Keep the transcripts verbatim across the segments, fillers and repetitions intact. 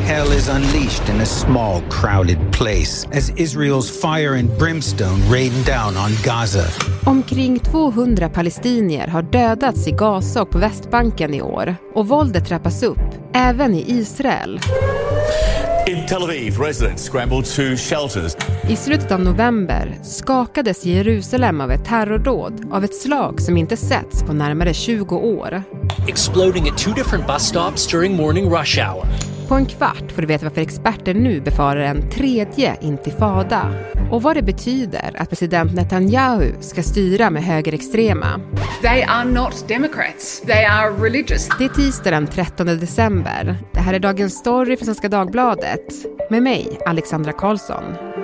hell is unleashed in a small, crowded place as Israel's fire and brimstone rain down on Gaza. Omkring tvåhundra palestinier har dödats i Gaza och på Västbanken i år. Och våldet trappas upp, även i Israel. In Tel Aviv, residents scrambled to shelters. I slutet av november skakades Jerusalem av ett terrordåd av ett slag som inte setts på närmare tjugo år. Exploding at two different bus stops during morning rush hour. På en kvart får du veta varför experter nu befarar en tredje intifada. Och vad det betyder att president Netanyahu ska styra med högerextrema. They are not Democrats. They are religious. Det är tisdag den trettonde december. Det här är dagens story för Svenska Dagbladet. Med mig, Alexandra Karlsson.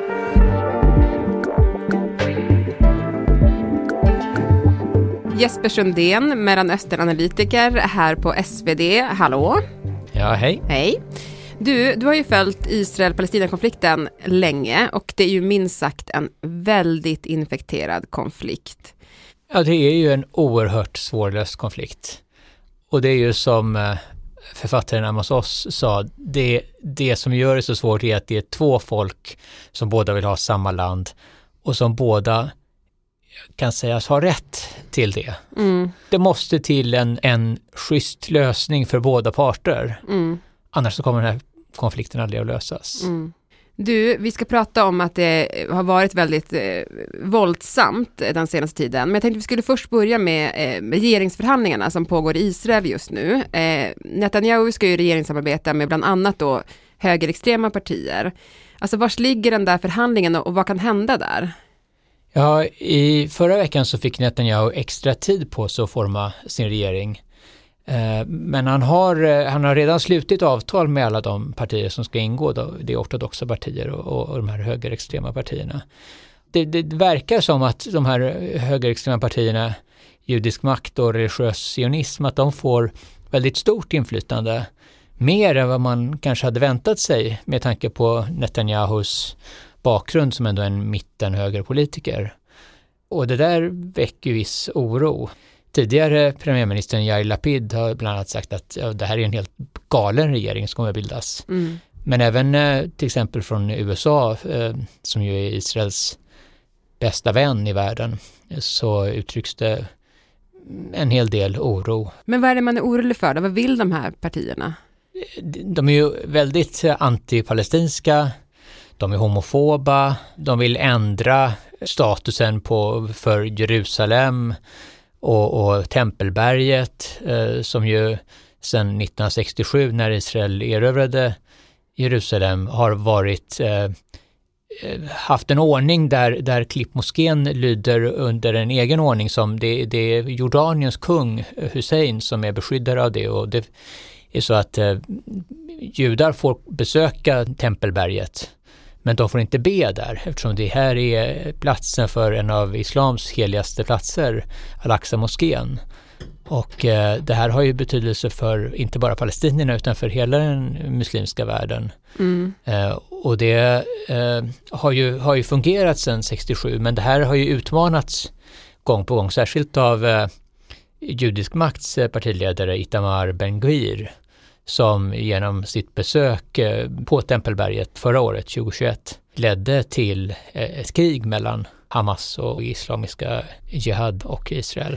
Jesper Sundén, Mellanösternanalytiker här på S V D. Hallå? Ja, hej. Hej. Du, du har ju följt Israel-Palestina-konflikten länge och det är ju minst sagt en väldigt infekterad konflikt. Ja, det är ju en oerhört svårlöst konflikt. Och det är ju som författaren Amos Oz sa, det, det som gör det så svårt är att det är två folk som båda vill ha samma land och som båda kan sägas ha rätt till det. Mm. Det måste till en, en schysst lösning för båda parter. Mm. Annars så kommer den här konflikten aldrig att lösas. Mm. Du, vi ska prata om att det har varit väldigt eh, våldsamt den senaste tiden. Men jag tänkte att vi skulle först börja med eh, regeringsförhandlingarna som pågår i Israel just nu. Eh, Netanyahu ska ju regeringssamarbeta med bland annat då högerextrema partier. Alltså vars ligger den där förhandlingen och, och vad kan hända där? Ja, i förra veckan så fick Netanyahu extra tid på sig att forma sin regering. Eh, men han har, han har redan slutit avtal med alla de partier som ska ingå, då, det är ortodoxa partier och, och de här högerextrema partierna. Det, det verkar som att de här högerextrema partierna, judisk makt och religiös sionism, att de får väldigt stort inflytande. Mer än vad man kanske hade väntat sig med tanke på Netanyahus bakgrund som ändå en mitten-högerpolitiker. Och det där väcker viss oro. Tidigare premiärministern Yair Lapid har bland annat sagt att ja, det här är en helt galen regering som kommer att bildas. Mm. Men även eh, till exempel från U S A, eh, som ju är Israels bästa vän i världen, så uttrycks det en hel del oro. Men vad är det man är orolig för? Vad vill de här partierna? De är ju väldigt antipalestinska. De är homofoba, de vill ändra statusen på, för Jerusalem och, och Tempelberget eh, som ju sedan nittonhundrasextiosju när Israel erövrade Jerusalem har varit eh, haft en ordning där, där Klippmoskén lyder under en egen ordning som det, det är Jordaniens kung Hussein som är beskyddare av det, och det är så att eh, judar får besöka Tempelberget. Men de får inte be där eftersom det här är platsen för en av islams heligaste platser, Al-Aqsa-moskén. Och eh, det här har ju betydelse för inte bara palestinierna utan för hela den muslimska världen. Mm. Eh, och det eh, har, ju, har ju fungerat sedan sextiosju, men det här har ju utmanats gång på gång, särskilt av eh, judisk makts partiledare Itamar Ben-Gvir, som genom sitt besök på Tempelberget förra året, tjugohundratjugoett, ledde till ett krig mellan Hamas och islamiska jihad och Israel.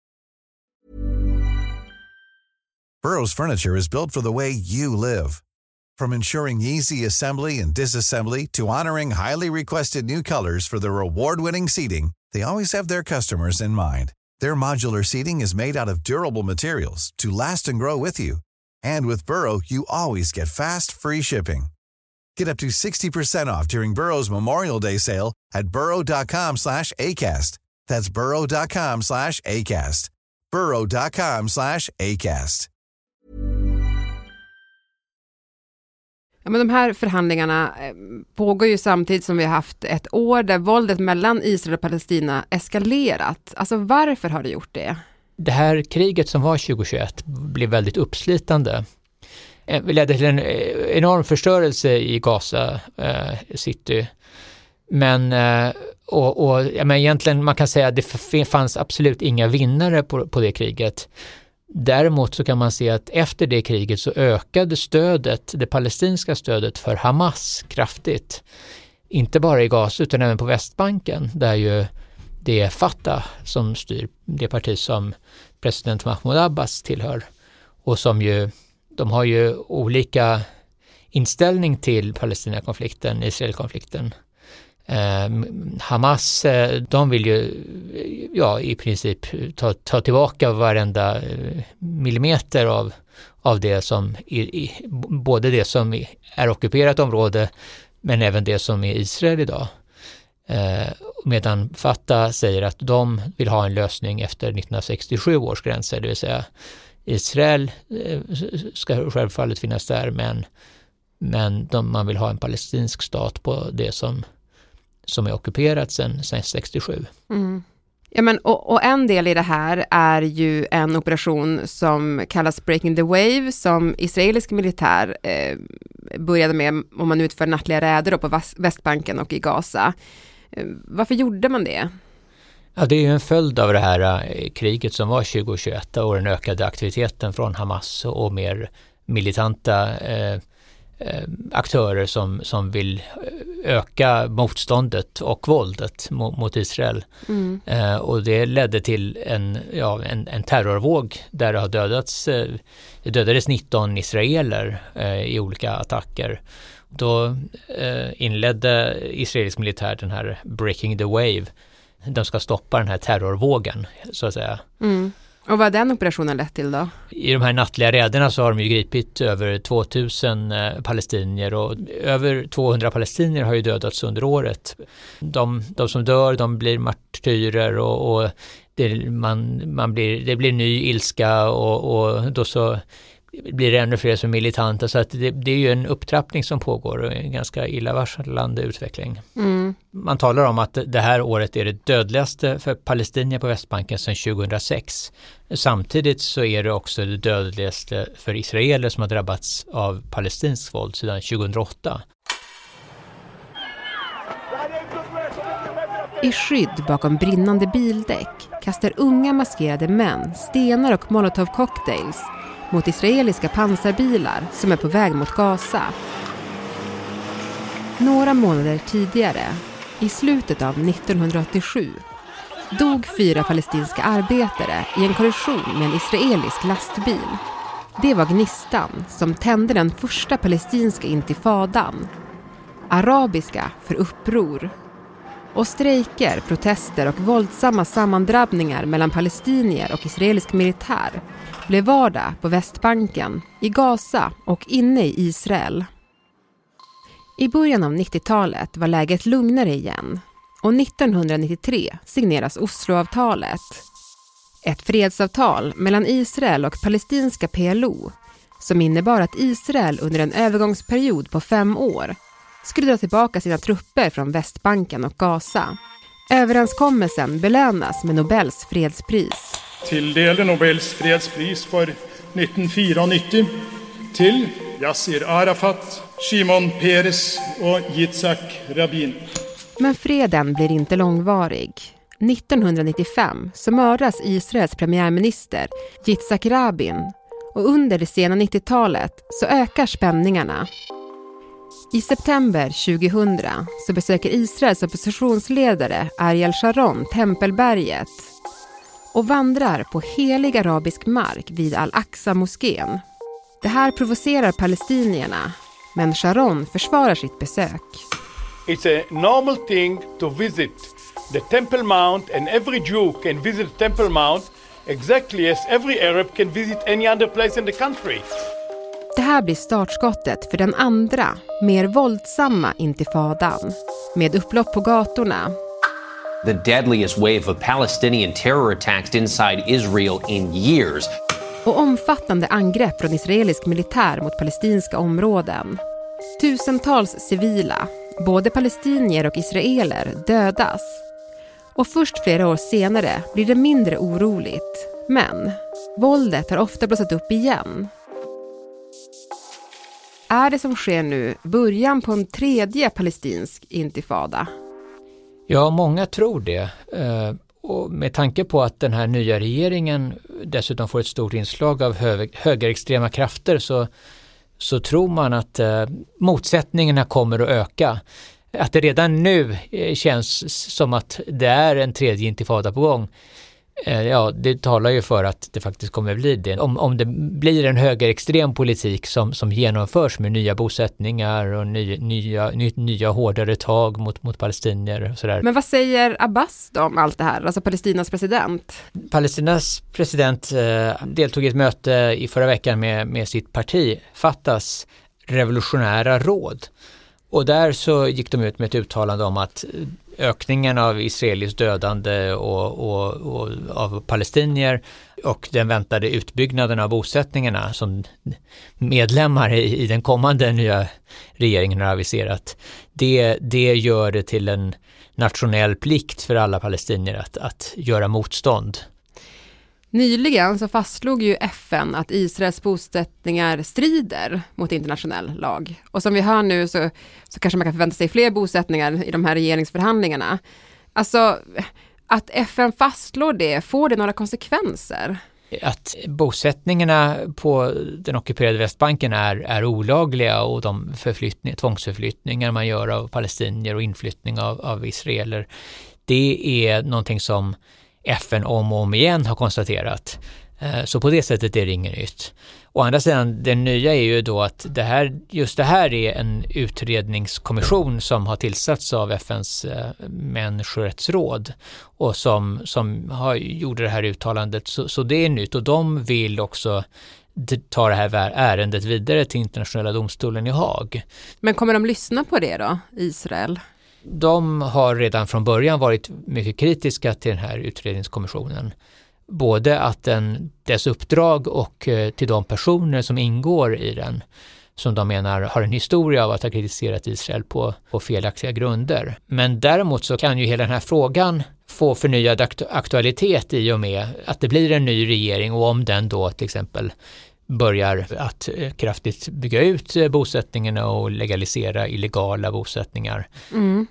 Burrow's furniture is built for the way you live. From ensuring easy assembly and disassembly to honoring highly requested new colors for their award-winning seating, they always have their customers in mind. Their modular seating is made out of durable materials to last and grow with you. And with Burrow, you always get fast, free shipping. Get up to sixty percent off during Burrow's Memorial Day sale at burrow.com slash ACAST. That's burrow.com slash ACAST. burrow.com slash ACAST. Ja, men de här förhandlingarna pågår ju samtidigt som vi har haft ett år där våldet mellan Israel och Palestina eskalerat. Alltså varför har det gjort det? Det här kriget som var tjugohundratjugoett blev väldigt uppslitande. Det ledde till en enorm förstörelse i Gaza eh, city. Men, eh, och, och, ja, men egentligen man kan säga att det fanns absolut inga vinnare på, på det kriget. Däremot så kan man se att efter det kriget så ökade stödet, det palestinska stödet för Hamas kraftigt. Inte bara i Gaza utan även på Västbanken, där ju det är Fatah som styr, det parti som president Mahmoud Abbas tillhör. Och som ju, de har ju olika inställning till Palestina-konflikten, Israel-konflikten. Eh, Hamas, de vill ju ja, i princip ta, ta tillbaka varenda millimeter av, av det som, i, i, både det som är ockuperat område men även det som är Israel idag. Eh, medan Fatah säger att de vill ha en lösning efter nittonhundrasextiosju års gränser, det vill säga Israel eh, ska självfallet finnas där, men, men de, man vill ha en palestinsk stat på det som, som är ockuperat sedan sextiosju. Mm. Ja, men, och, och en del i det här är ju en operation som kallas Breaking the Wave, som israelisk militär eh, började med om man utför nattliga räder på Västbanken och i Gaza. Eh, varför gjorde man det? Ja, det är ju en följd av det här eh, kriget som var tjugo tjugoett och den ökade aktiviteten från Hamas och mer militanta eh, aktörer som, som vill öka motståndet och våldet mot, mot Israel. Mm. Eh, och det ledde till en, ja, en, en terrorvåg där det har dödats, eh, det dödades nitton israeler eh, i olika attacker. Då eh, inledde israelisk militär den här Breaking the Wave. De ska stoppa den här terrorvågen, så att säga. Mm. Och vad har den operationen lett till då? I de här nattliga räderna så har de ju gripit över tvåtusen eh, palestinier och över tvåhundra palestinier har ju dödats under året. De, de som dör, de blir martyrer och, och det, man, man blir, det blir ny ilska och, och då så blir det ännu fler som militanta, så att det, det är ju en upptrappning som pågår och en ganska illavarslande utveckling. Mm. Man talar om att det här året är det dödligaste för palestinier på Västbanken sedan tjugohundrasex. Samtidigt så är det också det dödligaste för israeler som har drabbats av palestinsk våld sedan tjugohundraåtta. I skydd bakom brinnande bildäck kastar unga maskerade män stenar och molotov-cocktails mot israeliska pansarbilar som är på väg mot Gaza. Några månader tidigare, i slutet av nittonhundraåttiosju, dog fyra palestinska arbetare i en kollision med en israelisk lastbil. Det var gnistan som tände den första palestinska intifadan. Arabiska för uppror. Och strejker, protester och våldsamma sammandrabbningar mellan palestinier och israelisk militär blev vardag på Västbanken, i Gaza och inne i Israel. I början av nittiotalet var läget lugnare igen och nittonhundranittiotre signeras Osloavtalet. Ett fredsavtal mellan Israel och palestinska P L O som innebar att Israel under en övergångsperiod på fem år skulle dra tillbaka sina trupper från Västbanken och Gaza. Överenskommelsen belönas med Nobels fredspris. Tilldelar Nobels fredspris för nittonhundranittio till Yasser Arafat, Shimon Peres och Yitzhak Rabin. Men freden blir inte långvarig. nittonhundranittiofem så mördas Israels premiärminister Yitzhak Rabin och under det sena nittiotalet så ökar spänningarna. I september tjugohundra så besöker Israels oppositionsledare Ariel Sharon Tempelberget och vandrar på helig arabisk mark vid Al-Aqsa-moskén. Det här provocerar palestinierna, men Sharon försvarar sitt besök. It's a normal thing to visit the Temple Mount, and every Jew can visit the Temple Mount exactly as every Arab can visit any other place in the country. Det här blir startskottet för den andra, mer våldsamma intifadan, med upplopp på gatorna. The deadliest wave of Palestinian terror attacks inside Israel in years. Och omfattande angrepp från israelisk militär mot palestinska områden. Tusentals civila, både palestinier och israeler, dödas. Och först flera år senare blir det mindre oroligt. Men våldet har ofta blossat upp igen. Är det som sker nu början på en tredje palestinsk intifada? Ja, många tror det. Och med tanke på att den här nya regeringen dessutom får ett stort inslag av hög, högerextrema krafter så, så tror man att eh, motsättningarna kommer att öka. Att det redan nu eh, känns som att det är en tredje intifada på gång. Eh, ja, det talar ju för att det faktiskt kommer bli det. Om, om det blir en högerextrem politik som, som genomförs med nya bosättningar och ny, nya, ny, nya hårdare tag mot, mot palestinier och sådär. Men vad säger Abbas då om allt det här, alltså Palestinas president? Palestinas president eh, deltog i ett möte i förra veckan med, med sitt parti, Fatahs revolutionära råd. Och där så gick de ut med ett uttalande om att ökningen av israeliskt dödande och, och, och av palestinier och den väntade utbyggnaden av bosättningarna som medlemmar i, i den kommande nya regeringen har aviserat, det, det gör det till en nationell plikt för alla palestinier att, att göra motstånd. Nyligen så fastslog ju F N att Israels bosättningar strider mot internationell lag. Och som vi hör nu så, så kanske man kan förvänta sig fler bosättningar i de här regeringsförhandlingarna. Alltså att F N fastslår det, får det några konsekvenser? Att bosättningarna på den ockuperade Västbanken är, är olagliga och de förflyttning, tvångsförflyttningar man gör av palestinier och inflyttning av, av israeler, det är någonting som F N om och om igen har konstaterat. Så på det sättet är det inget nytt. Å andra sidan, det nya är ju då att det här, just det här är en utredningskommission som har tillsatts av F N:s människorättsråd och som, som har gjort det här uttalandet. Så, så det är nytt och de vill också ta det här ärendet vidare till internationella domstolen i Haag. Men kommer de lyssna på det då, Israel? De har redan från början varit mycket kritiska till den här utredningskommissionen. Både att den, dess uppdrag och eh, till de personer som ingår i den, som de menar har en historia av att ha kritiserat Israel på, på felaktiga grunder. Men däremot så kan ju hela den här frågan få förnyad akt- aktualitet i och med att det blir en ny regering och om den då till exempel börjar att eh, kraftigt bygga ut eh, bosättningarna och legalisera illegala bosättningar. Mm.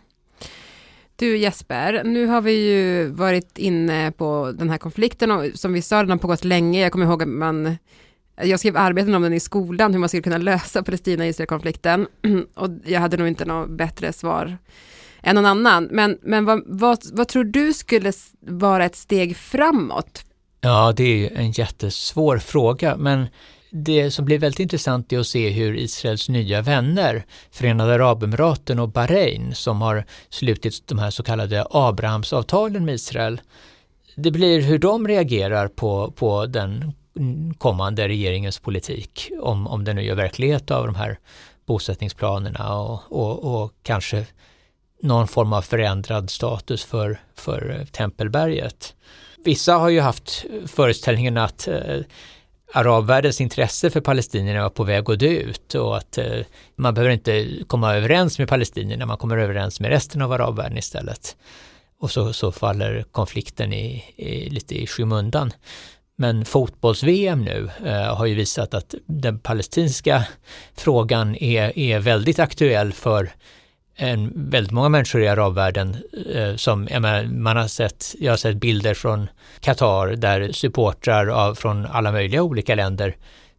Du Jesper, nu har vi ju varit inne på den här konflikten och som vi sa, den har pågått länge. Jag kommer ihåg att man, jag skrev arbeten om den i skolan, hur man skulle kunna lösa Palestina-Israel-konflikten och jag hade nog inte något bättre svar än någon annan. Men, men vad, vad, vad tror du skulle vara ett steg framåt? Ja, det är ju en jättesvår fråga, men det som blir väldigt intressant är att se hur Israels nya vänner, Förenade Arabemiraten och Bahrain, som har slutit de här så kallade Abrahamsavtalen med Israel, det blir hur de reagerar på, på den kommande regeringens politik, om, om den nu gör verklighet av de här bosättningsplanerna och, och, och kanske någon form av förändrad status för, för Tempelberget. Vissa har ju haft föreställningen att eh, arabvärldens intresse för palestinierna var på väg att dö ut och att eh, man behöver inte komma överens med palestinierna, man kommer överens med resten av arabvärlden istället. Och så, så faller konflikten i, i, lite i skymundan. Men fotbolls-V M nu eh, har ju visat att den palestinska frågan är, är väldigt aktuell för en, väldigt många människor i arabvärlden eh, som jag, menar, man har sett, jag har sett bilder från Qatar där supportrar av, från alla möjliga olika länder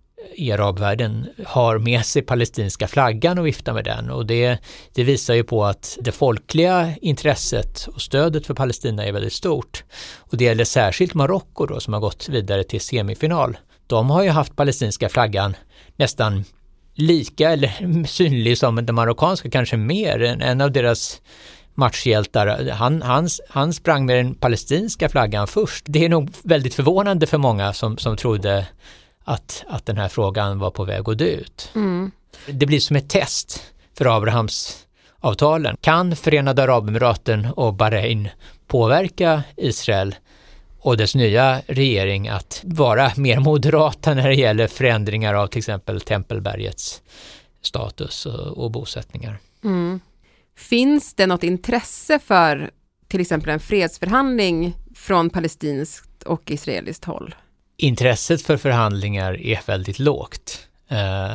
i arabvärlden har med sig palestinska flaggan och viftar med den och det, det visar ju på att det folkliga intresset och stödet för Palestina är väldigt stort och det gäller särskilt Marocko då som har gått vidare till semifinal. De har ju haft palestinska flaggan nästan lika eller synlig som den marockanska, kanske mer än en av deras matchhjältar. Han, han, han sprang med den palestinska flaggan först. Det är nog väldigt förvånande för många som, som trodde att, att den här frågan var på väg att dö ut. Mm. Det blir som ett test för Abrahamsavtalen. Kan Förenade Arabemiraten och Bahrain påverka Israel och dess nya regering att vara mer moderata när det gäller förändringar av till exempel Tempelbergets status och, och bosättningar? Mm. Finns det något intresse för till exempel en fredsförhandling från palestinskt och israeliskt håll? Intresset för förhandlingar är väldigt lågt. Eh,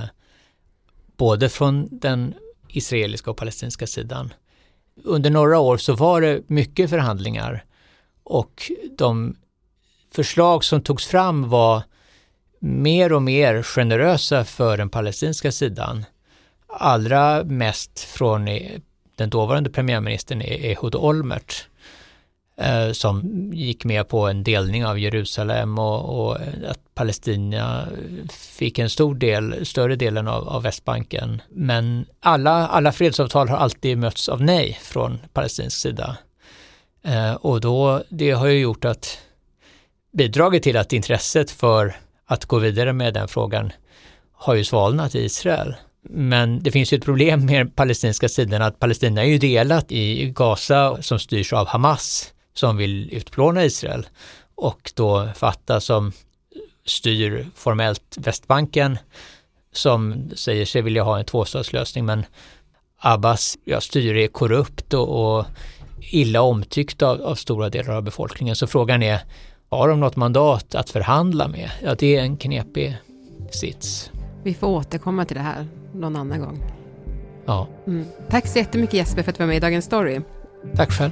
både från den israeliska och palestinska sidan. Under några år så var det mycket förhandlingar Och de förslag som togs fram var mer och mer generösa för den palestinska sidan. Allra mest från den dåvarande premiärministern Ehud Olmert, eh, som gick med på en delning av Jerusalem och, och att Palestina fick en stor del, större delen av, av Västbanken. Men alla, alla fredsavtal har alltid mötts av nej från palestinsk sida. Eh, och då, det har ju gjort att bidragit till att intresset för att gå vidare med den frågan har ju svalnat i Israel. Men det finns ju ett problem med palestinska sidan, att Palestina är ju delat i Gaza som styrs av Hamas som vill utplåna Israel, och då Fatah som styr formellt Västbanken som säger sig vilja ha en tvåstatslösning, men Abbas ja, styr är korrupt och, och illa omtyckt av, av stora delar av befolkningen. Så frågan är, har de något mandat att förhandla med? Ja, det är en knepig sits. Vi får återkomma till det här någon annan gång. Ja. Mm. Tack så jättemycket Jesper för att du var med i Dagens Story. Tack själv.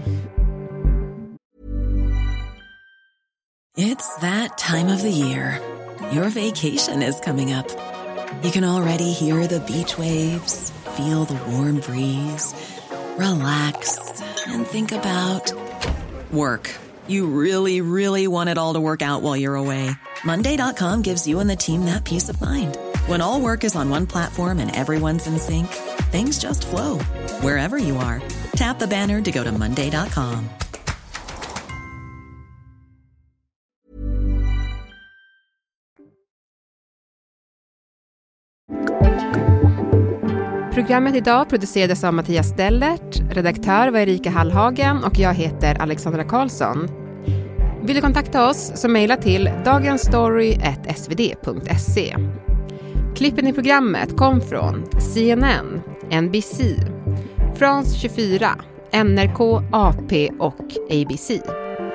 It's that time of the year. Your vacation is coming up. You can already hear the beach waves, feel the warm breeze, relax and think about work. You really, really want it all to work out while you're away. Monday dot com gives you and the team that peace of mind. When all work is on one platform and everyone's in sync, things just flow. Wherever you are, tap the banner to go to monday dot com. Programmet idag producerades av Mattias Stellert, redaktör var Erika Hallhagen och jag heter Alexandra Karlsson. Vill du kontakta oss så mejla till dagensstory at s v d punkt se. Klippen i programmet kom från C N N, N B C, France tjugofyra, N R K, A P och A B C.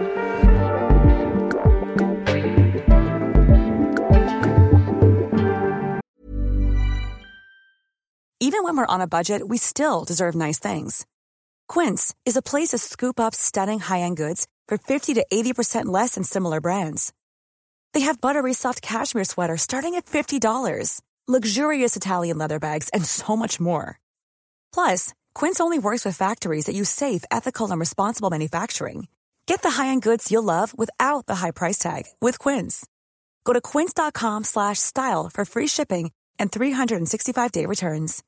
Even when we're on a budget, we still deserve nice things. Quince is a place to scoop up stunning high-end goods for fifty to eighty percent less than similar brands. They have buttery soft cashmere sweaters starting at fifty dollars, luxurious Italian leather bags, and so much more. Plus, Quince only works with factories that use safe, ethical, and responsible manufacturing. Get the high-end goods you'll love without the high price tag with Quince. Go to quince dot com slash style for free shipping and three sixty-five day returns.